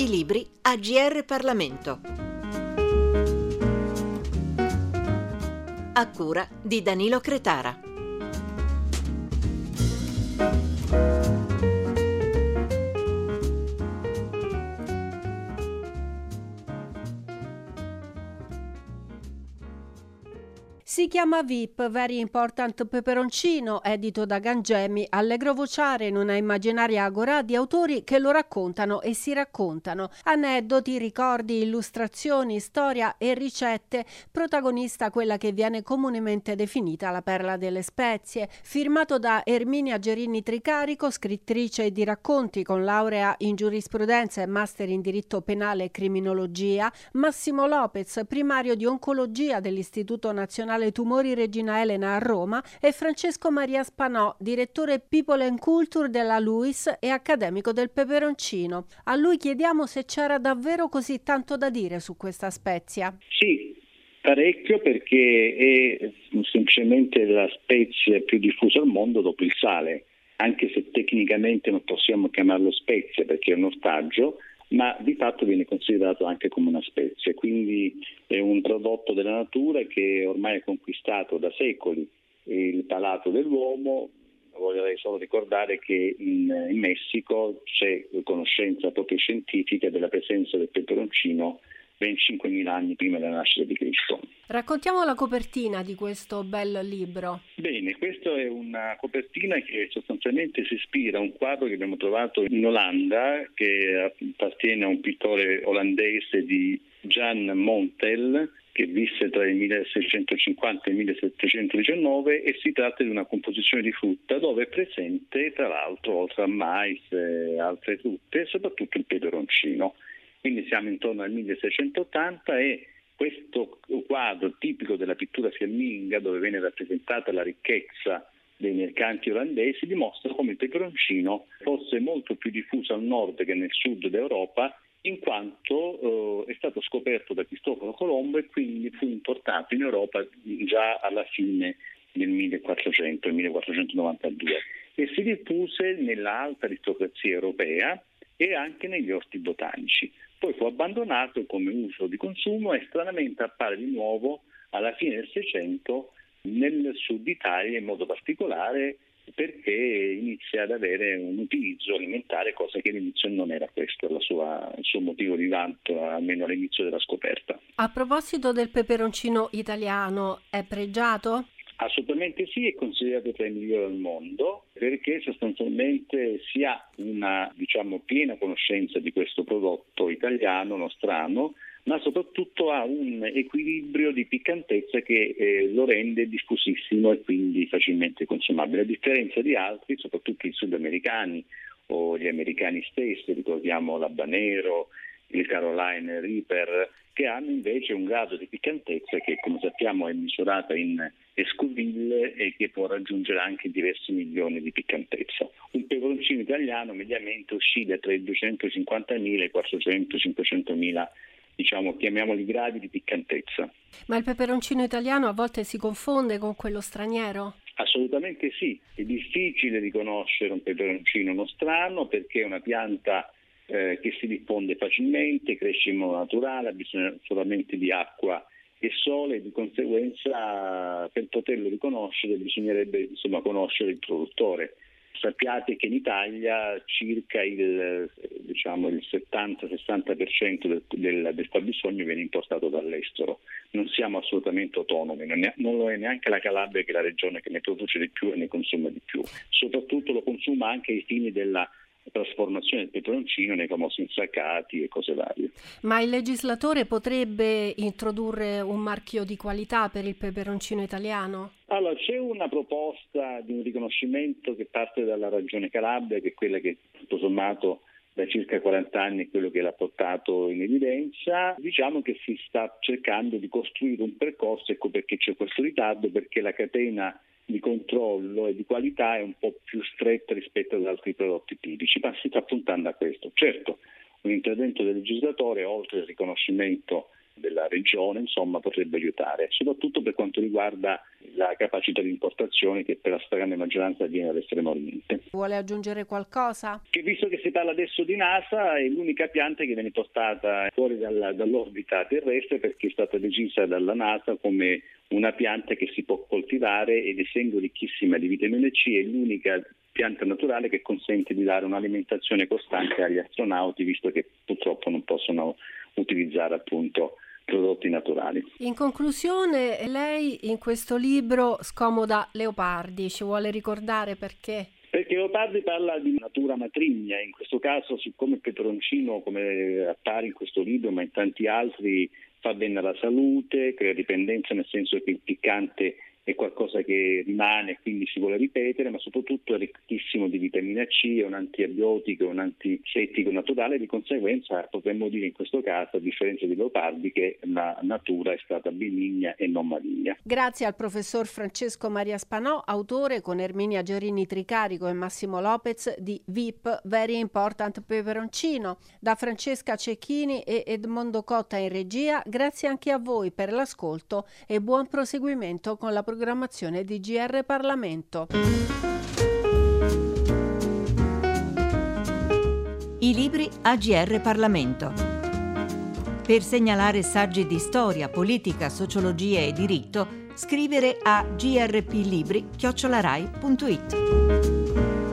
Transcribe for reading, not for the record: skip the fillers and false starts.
libri a GR Parlamento. A cura di Danilo Cretara. Si chiama VIP, Very Important Peperoncino, edito da Gangemi, allegro vociare in una immaginaria agorà di autori che lo raccontano e si raccontano. Aneddoti, ricordi, illustrazioni, storia e ricette, protagonista quella che viene comunemente definita la perla delle spezie. Firmato da Erminia Gerini Tricarico, scrittrice di racconti con laurea in giurisprudenza e master in diritto penale e criminologia, Massimo Lopez, primario di oncologia dell'Istituto Nazionale Tumori Regina Elena a Roma, e Francesco Maria Spanò, direttore People and Culture della LUISS e accademico del peperoncino. A lui chiediamo se c'era davvero così tanto da dire su questa spezia. Sì, parecchio, perché è semplicemente la spezia più diffusa al mondo dopo il sale, anche se tecnicamente non possiamo chiamarlo spezia perché è un ortaggio, ma di fatto viene considerato anche come una spezia, quindi è un prodotto della natura che ormai ha conquistato da secoli il palato dell'uomo. Vorrei solo ricordare che in Messico c'è conoscenza proprio scientifica della presenza del peperoncino ben 5.000 anni prima della nascita di Cristo. Raccontiamo la copertina di questo bel libro. Bene, questa è una copertina che sostanzialmente si ispira a un quadro che abbiamo trovato in Olanda, che appartiene a un pittore olandese di Jan Montel, che visse tra il 1650 e il 1719, e si tratta di una composizione di frutta dove è presente, tra l'altro, oltre al mais e altre frutte, soprattutto il peperoncino. Quindi siamo intorno al 1680 e questo quadro tipico della pittura fiamminga, dove viene rappresentata la ricchezza dei mercanti olandesi, dimostra come il peperoncino fosse molto più diffuso al nord che nel sud d'Europa, in quanto è stato scoperto da Cristoforo Colombo e quindi fu importato in Europa già alla fine del 1400, il 1492, e si diffuse nella alta aristocrazia europea e anche negli orti botanici. Poi fu abbandonato come uso di consumo e stranamente appare di nuovo alla fine del Seicento nel sud Italia, in modo particolare perché inizia ad avere un utilizzo alimentare, cosa che all'inizio non era questo il suo motivo di vanto, almeno all'inizio della scoperta. A proposito del peperoncino italiano, è pregiato? Assolutamente sì, è considerato tra i migliori al mondo perché sostanzialmente si ha una piena conoscenza di questo prodotto italiano, nostrano, ma soprattutto ha un equilibrio di piccantezza che lo rende diffusissimo e quindi facilmente consumabile, a differenza di altri, soprattutto i sudamericani o gli americani stessi, ricordiamo l'habanero, il Carolina Reaper, che hanno invece un grado di piccantezza che, come sappiamo, è misurata in Scoville e che può raggiungere anche diversi milioni di piccantezza. Un peperoncino italiano mediamente oscilla tra i 250.000 e i 400-500.000, chiamiamoli gradi di piccantezza. Ma il peperoncino italiano a volte si confonde con quello straniero? Assolutamente sì, è difficile riconoscere un peperoncino nostrano perché è una pianta che si diffonde facilmente, cresce in modo naturale, ha bisogno solamente di acqua e sole, e di conseguenza per poterlo riconoscere bisognerebbe conoscere il produttore. Sappiate che in Italia circa il 70-60% del fabbisogno viene importato dall'estero. Non siamo assolutamente autonomi, non lo è neanche la Calabria, che è la regione che ne produce di più e ne consuma di più. Soprattutto lo consuma anche ai fini della trasformazione del peperoncino nei famosi insaccati e cose varie. Ma il legislatore potrebbe introdurre un marchio di qualità per il peperoncino italiano? Allora, c'è una proposta di un riconoscimento che parte dalla Regione Calabria, che è quella che tutto sommato da circa 40 anni è quello che l'ha portato in evidenza. Diciamo che si sta cercando di costruire un percorso, ecco perché c'è questo ritardo, perché la catena di controllo e di qualità è un po' più stretta rispetto ad altri prodotti tipici, ma si sta puntando a questo. Certo, un intervento del legislatore, oltre al riconoscimento della regione, insomma, potrebbe aiutare, soprattutto per quanto riguarda la capacità di importazione che per la stragrande maggioranza viene dall'Estremo Oriente. Vuole aggiungere qualcosa? Che visto che si parla adesso di NASA, è l'unica pianta che viene portata fuori dall'orbita terrestre, perché è stata decisa dalla NASA come una pianta che si può coltivare ed essendo ricchissima di vitamina C è l'unica pianta naturale che consente di dare un'alimentazione costante agli astronauti, visto che purtroppo non possono utilizzare appunto prodotti naturali. In conclusione, lei in questo libro scomoda Leopardi, ci vuole ricordare perché? Perché Leopardi parla di natura matrigna, in questo caso siccome il peperoncino, come appare in questo libro ma in tanti altri, fa bene alla salute, crea dipendenza nel senso che il piccante è qualcosa che rimane e quindi si vuole ripetere, ma soprattutto è ricchissimo di vitamina C, è un antibiotico, un antisettico naturale, di conseguenza potremmo dire in questo caso, a differenza di Leopardi, che la natura è stata benigna e non maligna. Grazie al professor Francesco Maria Spanò, autore con Erminia Gerini Tricarico e Massimo Lopez di VIP Very Important Peperoncino. Da Francesca Cecchini e Edmondo Cotta in regia, grazie anche a voi per l'ascolto e buon proseguimento con la programmazione di GR Parlamento. I libri a GR Parlamento. Per segnalare saggi di storia, politica, sociologia e diritto, scrivere a grplibri@rai.it.